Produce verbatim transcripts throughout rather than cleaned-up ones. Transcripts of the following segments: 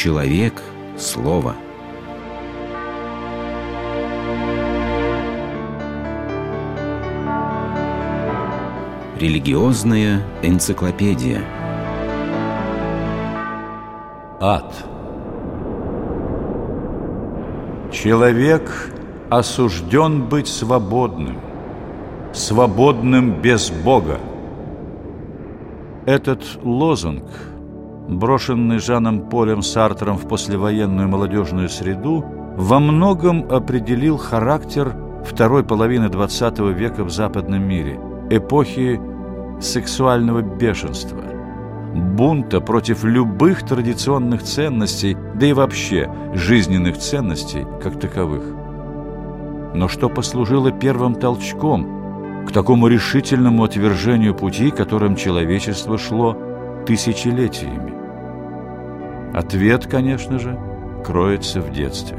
человек – слово. Религиозная энциклопедия. Ад. Человек осужден быть свободным, свободным без Бога. Этот лозунг, брошенный Жаном Полем Сартром в послевоенную молодежную среду, во многом определил характер второй половины двадцатого века в западном мире, эпохи сексуального бешенства, бунта против любых традиционных ценностей, да и вообще жизненных ценностей как таковых. Но что послужило первым толчком к такому решительному отвержению пути, которым человечество шло тысячелетиями? Ответ, конечно же, кроется в детстве.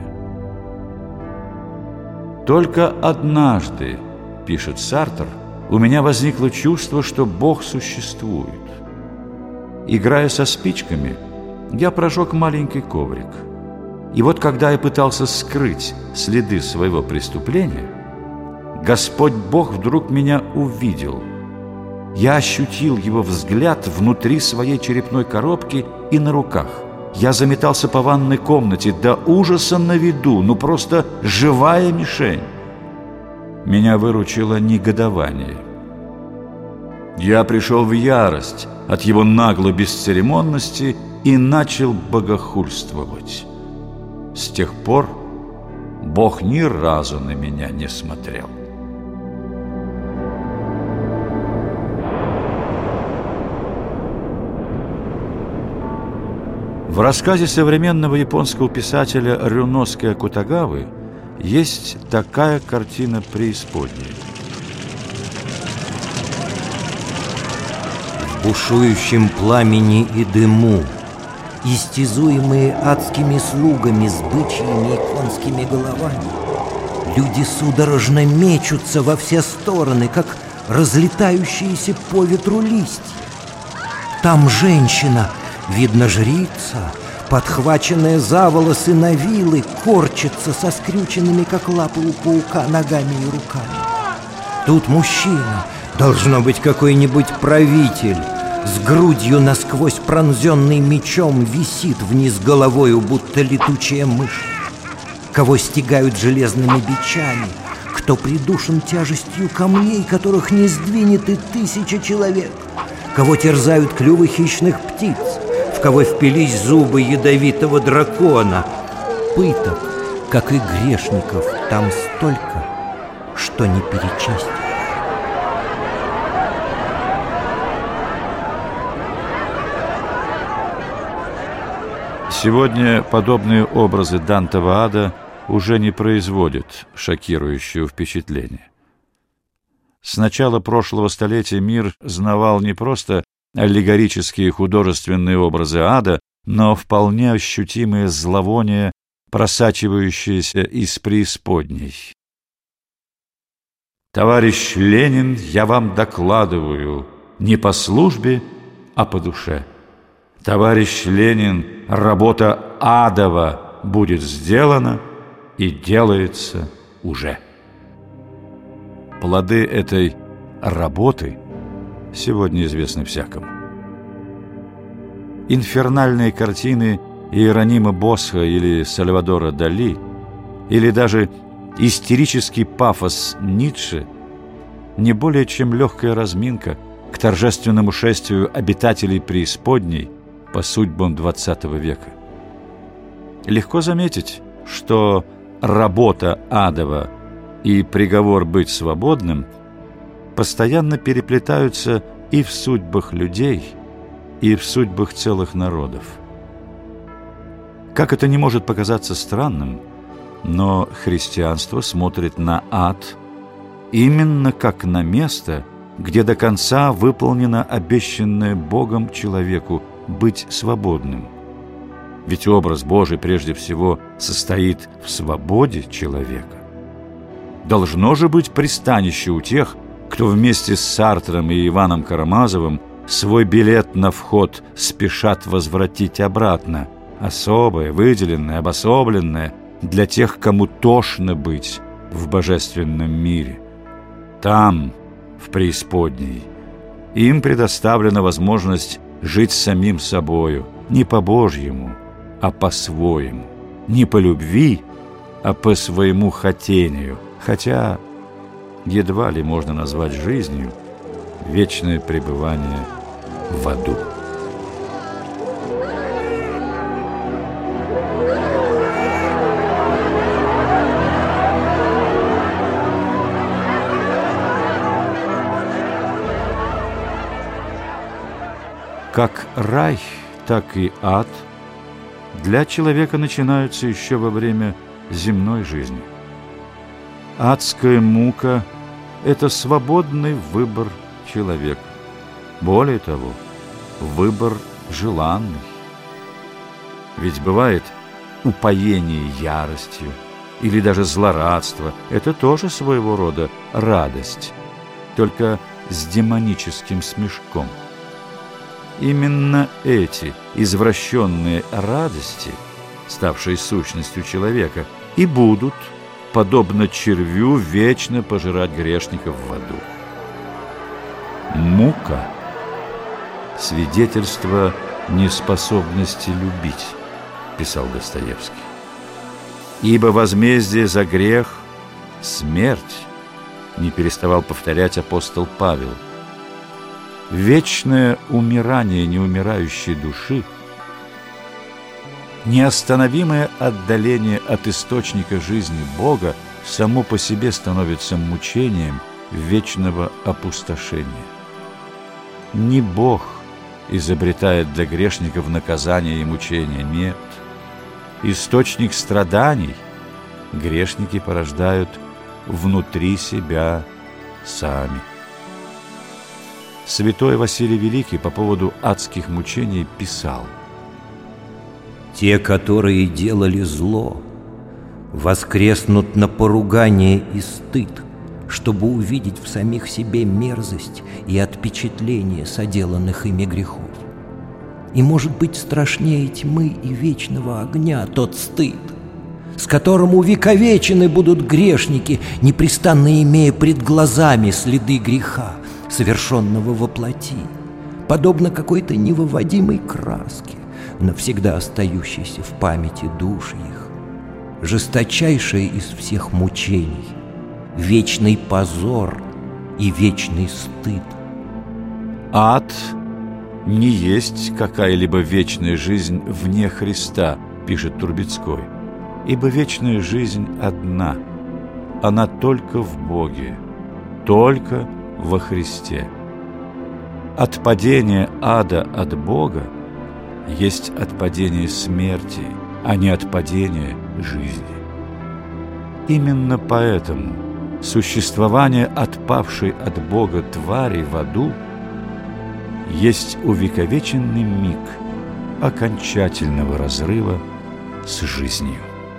«Только однажды, — пишет Сартр, — у меня возникло чувство, что Бог существует. Играя со спичками, я прожег маленький коврик. И вот когда я пытался скрыть следы своего преступления, Господь Бог вдруг меня увидел. Я ощутил Его взгляд внутри своей черепной коробки и на руках. Я заметался по ванной комнате до ужаса на виду, ну просто живая мишень. Меня выручило негодование. Я пришел в ярость от его наглой бесцеремонности и начал богохульствовать. С тех пор Бог ни разу на меня не смотрел». В рассказе современного японского писателя Рюноsuke Акутагавы есть такая картина преисподней. В бушующем пламени и дыму, истязуемые адскими слугами с бычьими и конскими головами, люди судорожно мечутся во все стороны, как разлетающиеся по ветру листья. Там женщина, видно, жрица, подхваченная за волосы на вилы, корчится со скрюченными, как лапы у паука, ногами и руками. Тут мужчина, должно быть какой-нибудь правитель, с грудью насквозь пронзенный мечом, висит вниз головою, будто летучая мышь. Кого стягают железными бичами, кто придушен тяжестью камней, которых не сдвинет и тысяча человек, кого терзают клювы хищных птиц, в кого впились зубы ядовитого дракона. Пыток, как и грешников, там столько, что не перечесть. Сегодня подобные образы Дантова ада уже не производят шокирующего впечатления. С начала прошлого столетия мир знавал не просто аллегорические художественные образы ада, но вполне ощутимые зловония, просачивающиеся из преисподней. «Товарищ Ленин, я вам докладываю, не по службе, а по душе. Товарищ Ленин, работа адова будет сделана и делается уже». Плоды этой работы сегодня известны всякому. Инфернальные картины Иеронима Босха или Сальвадора Дали, или даже истерический пафос Ницше не более чем легкая разминка к торжественному шествию обитателей преисподней по судьбам двадцатого века. Легко заметить, что работа адова и приговор быть свободным постоянно переплетаются и в судьбах людей, и в судьбах целых народов. Как это не может показаться странным, но христианство смотрит на ад именно как на место, где до конца выполнено обещанное Богом человеку быть свободным. Ведь образ Божий прежде всего состоит в свободе человека. Должно же быть пристанище у тех, кто вместе с Сартром и Иваном Карамазовым свой билет на вход спешат возвратить обратно, особое, выделенное, обособленное для тех, кому тошно быть в божественном мире. Там, в преисподней, им предоставлена возможность жить самим собою, не по-божьему, а по-своему, не по любви, а по своему хотению, хотя едва ли можно назвать жизнью вечное пребывание в аду. Как рай, так и ад для человека начинаются еще во время земной жизни. Адская мука – это свободный выбор человека. Более того, выбор желанный. Ведь бывает упоение яростью или даже злорадство – это тоже своего рода радость, только с демоническим смешком. Именно эти извращенные радости, ставшие сущностью человека, и будут, подобно червю, вечно пожирать грешников в аду. Мука – свидетельство неспособности любить, писал Достоевский. Ибо возмездие за грех – смерть, не переставал повторять апостол Павел. Вечное умирание неумирающей души, неостановимое отдаление от источника жизни Бога само по себе становится мучением вечного опустошения. Не Бог изобретает для грешников наказание и мучения, нет. Источник страданий грешники порождают внутри себя сами. Святой Василий Великий по поводу адских мучений писал: «Те, которые делали зло, воскреснут на поругание и стыд, чтобы увидеть в самих себе мерзость и отпечатление соделанных ими грехов. И может быть страшнее тьмы и вечного огня тот стыд, с которым увековечены будут грешники, непрестанно имея пред глазами следы греха, совершенного во плоти, подобно какой-то невыводимой краске, навсегда остающейся в памяти душ их. Жесточайшее из всех мучений, вечный позор и вечный стыд». Ад не есть какая-либо вечная жизнь вне Христа, пишет Турбецкой, ибо вечная жизнь одна, она только в Боге, только во Христе. Отпадение ада от Бога есть отпадение смерти, а не отпадение жизни. Именно поэтому существование отпавшей от Бога твари в аду есть увековеченный миг окончательного разрыва с жизнью.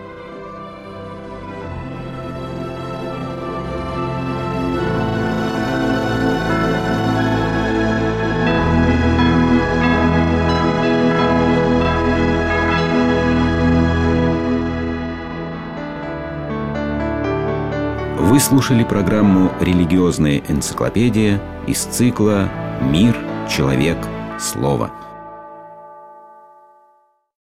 Вы слушали программу «Религиозная энциклопедия» из цикла «Мир, человек, слово».